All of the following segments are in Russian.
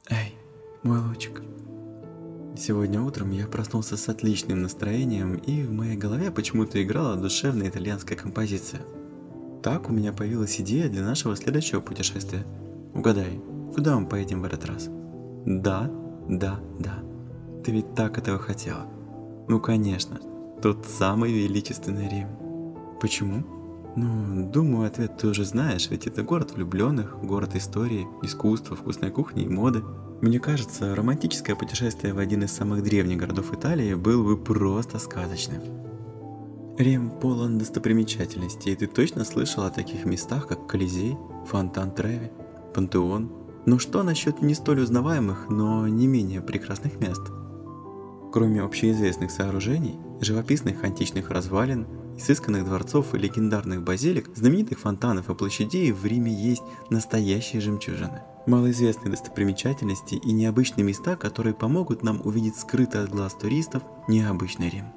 Эй, мой лучик. Сегодня утром я проснулся с отличным настроением, и в моей голове почему-то играла душевная итальянская композиция. Так у меня появилась идея для нашего следующего путешествия. Угадай, куда мы поедем в этот раз? Да, да, да. Ты ведь так этого хотела. Ну конечно, тот самый величественный Рим. Почему? Ну, думаю, ответ ты уже знаешь, ведь это город влюбленных, город истории, искусства, вкусной кухни и моды. Мне кажется, романтическое путешествие в один из самых древних городов Италии было бы просто сказочным. Рим полон достопримечательностей, и ты точно слышал о таких местах, как Колизей, Фонтан Треви, Пантеон. Но что насчет не столь узнаваемых, но не менее прекрасных мест? Кроме общеизвестных сооружений, живописных античных развалин, изысканных дворцов и легендарных базилик, знаменитых фонтанов и площадей в Риме есть настоящие жемчужины. Малоизвестные достопримечательности и необычные места, которые помогут нам увидеть скрытый от глаз туристов необычный Рим.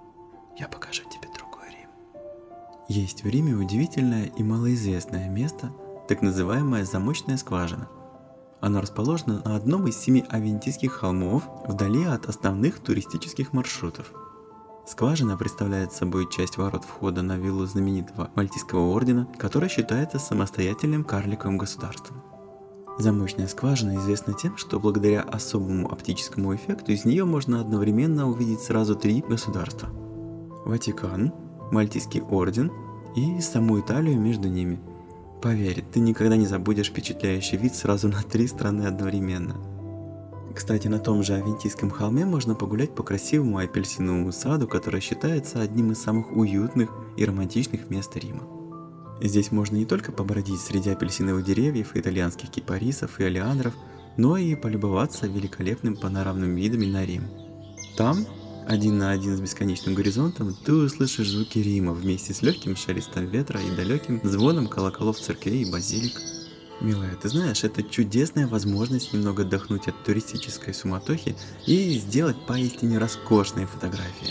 Я покажу тебе другой Рим. Есть в Риме удивительное и малоизвестное место, так называемая Замочная скважина. Оно расположено на одном из 7 Авентийских холмов, вдали от основных туристических маршрутов. Скважина представляет собой часть ворот входа на виллу знаменитого Мальтийского ордена, который считается самостоятельным карликовым государством. Замочная скважина известна тем, что благодаря особому оптическому эффекту из нее можно одновременно увидеть сразу 3 государства: Ватикан, Мальтийский орден и саму Италию между ними. Поверь, ты никогда не забудешь впечатляющий вид сразу на 3 страны одновременно. Кстати, на том же Авентийском холме можно погулять по красивому апельсиновому саду, который считается одним из самых уютных и романтичных мест Рима. Здесь можно не только побродить среди апельсиновых деревьев, итальянских кипарисов и олеандров, но и полюбоваться великолепным панорамным видами на Рим. Там, один на один с бесконечным горизонтом, ты услышишь звуки Рима вместе с легким шелестом ветра и далеким звоном колоколов церквей и базилик. Милая, ты знаешь, это чудесная возможность немного отдохнуть от туристической суматохи и сделать поистине роскошные фотографии.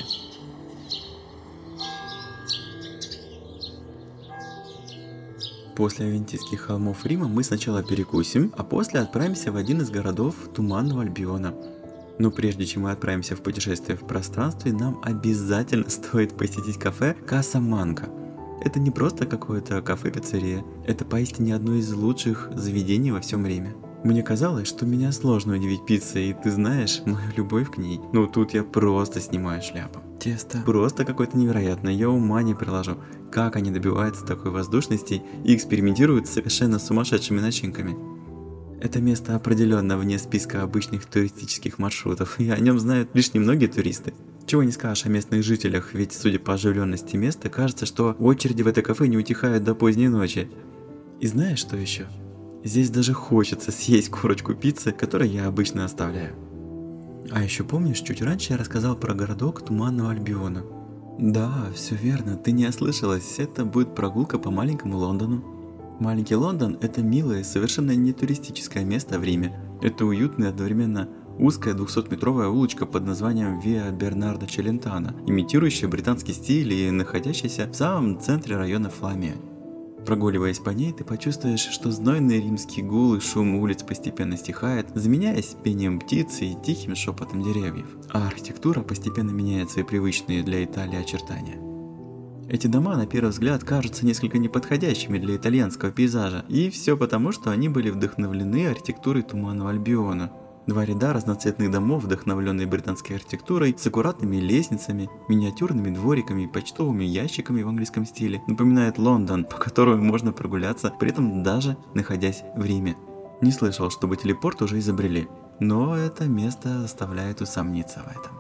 После Авентийских холмов Рима мы сначала перекусим, а после отправимся в один из городов Туманного Альбиона. Но прежде чем мы отправимся в путешествие в пространстве, нам обязательно стоит посетить кафе Каса Манка. Это не просто какое-то кафе-пиццерия, это поистине одно из лучших заведений во всем Риме. Мне казалось, что меня сложно удивить пиццей, и ты знаешь мою любовь к ней. Но тут я просто снимаю шляпу. Тесто просто какое-то невероятное, я ума не приложу, как они добиваются такой воздушности и экспериментируют с совершенно сумасшедшими начинками. Это место определенно вне списка обычных туристических маршрутов, и о нем знают лишь немногие туристы. Чего не скажешь о местных жителях, ведь судя по оживленности места, кажется, что очереди в это кафе не утихают до поздней ночи. И знаешь что еще? Здесь даже хочется съесть корочку пиццы, которую я обычно оставляю. А еще помнишь, чуть раньше я рассказал про городок Туманного Альбиона? Да, все верно, ты не ослышалась, это будет прогулка по маленькому Лондону. Маленький Лондон – это милое, совершенно не туристическое место в Риме. Это уютная, одновременно узкая 200-метровая улочка под названием Виа Бернардо Челентано, имитирующая британский стиль и находящаяся в самом центре района Фламия. Прогуливаясь по ней, ты почувствуешь, что знойный римский гул и шум улиц постепенно стихает, заменяясь пением птиц и тихим шепотом деревьев, а архитектура постепенно меняет свои привычные для Италии очертания. Эти дома на первый взгляд кажутся несколько неподходящими для итальянского пейзажа, и все потому, что они были вдохновлены архитектурой Туманного Альбиона. 2 ряда разноцветных домов, вдохновленные британской архитектурой, с аккуратными лестницами, миниатюрными двориками и почтовыми ящиками в английском стиле, напоминает Лондон, по которому можно прогуляться, при этом даже находясь в Риме. Не слышал, чтобы телепорт уже изобрели, но это место заставляет усомниться в этом.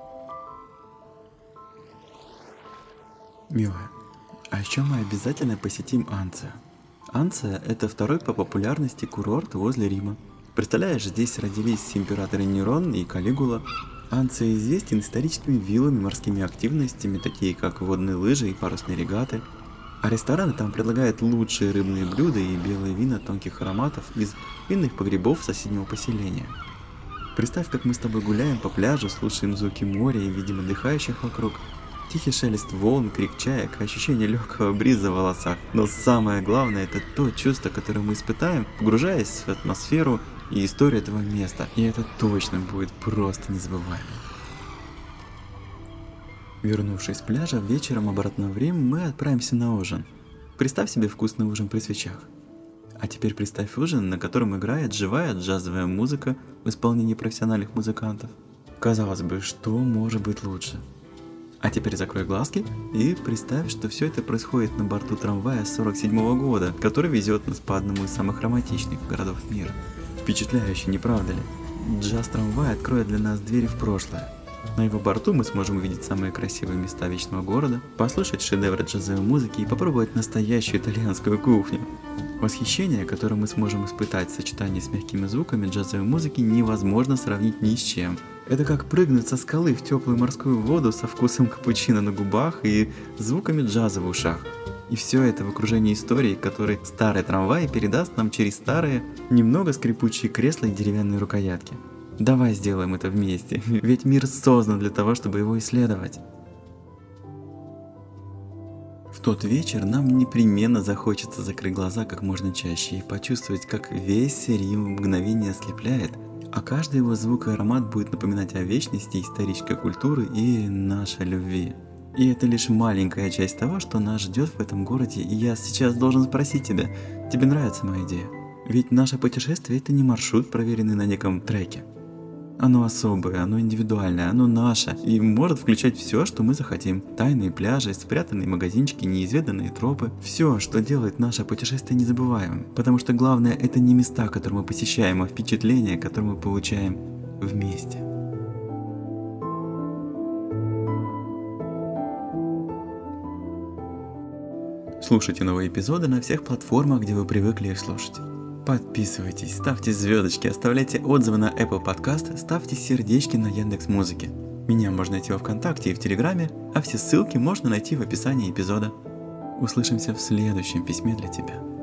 Милая, а еще мы обязательно посетим Анцию. Анция – это 2-й по популярности курорт возле Рима. Представляешь, здесь родились императоры Нерон и Калигула. Анция известен историческими виллами, морскими активностями, такие как водные лыжи и парусные регаты. А рестораны там предлагают лучшие рыбные блюда и белые вина тонких ароматов из винных погребов соседнего поселения. Представь, как мы с тобой гуляем по пляжу, слушаем звуки моря и видим отдыхающих вокруг. Тихий шелест волн, крик чаек, ощущение легкого бриза в волосах. Но самое главное – это то чувство, которое мы испытаем, погружаясь в атмосферу и историю этого места, и это точно будет просто незабываемо. Вернувшись с пляжа, вечером обратно в Рим мы отправимся на ужин. Представь себе вкусный ужин при свечах. А теперь представь ужин, на котором играет живая джазовая музыка в исполнении профессиональных музыкантов. Казалось бы, что может быть лучше? А теперь закрой глазки и представь, что все это происходит на борту трамвая 47-го года, который везет нас по одному из самых романтичных городов мира. Впечатляюще, не правда ли? Джаз-трамвай откроет для нас двери в прошлое. На его борту мы сможем увидеть самые красивые места вечного города, послушать шедевры джазовой музыки и попробовать настоящую итальянскую кухню. Восхищение, которое мы сможем испытать в сочетании с мягкими звуками джазовой музыки, невозможно сравнить ни с чем. Это как прыгнуть со скалы в теплую морскую воду со вкусом капучино на губах и звуками джаза в ушах. И все это в окружении истории, который старый трамвай передаст нам через старые, немного скрипучие кресла и деревянные рукоятки. Давай сделаем это вместе, ведь мир создан для того, чтобы его исследовать. В тот вечер нам непременно захочется закрыть глаза как можно чаще и почувствовать, как весь Рим в мгновение ослепляет, а каждый его звук и аромат будет напоминать о вечности исторической культуры и нашей любви. И это лишь маленькая часть того, что нас ждет в этом городе, и я сейчас должен спросить тебя, тебе нравится моя идея? Ведь наше путешествие — это не маршрут, проверенный на неком треке. Оно особое, оно индивидуальное, оно наше и может включать все, что мы захотим. Тайные пляжи, спрятанные магазинчики, неизведанные тропы. Все, что делает наше путешествие незабываемым. Потому что главное — это не места, которые мы посещаем, а впечатления, которые мы получаем вместе. Слушайте новые эпизоды на всех платформах, где вы привыкли их слушать. Подписывайтесь, ставьте звездочки, оставляйте отзывы на Apple Podcast, ставьте сердечки на Яндекс.Музыке. Меня можно найти во ВКонтакте и в Телеграме, а все ссылки можно найти в описании эпизода. Услышимся в следующем письме для тебя.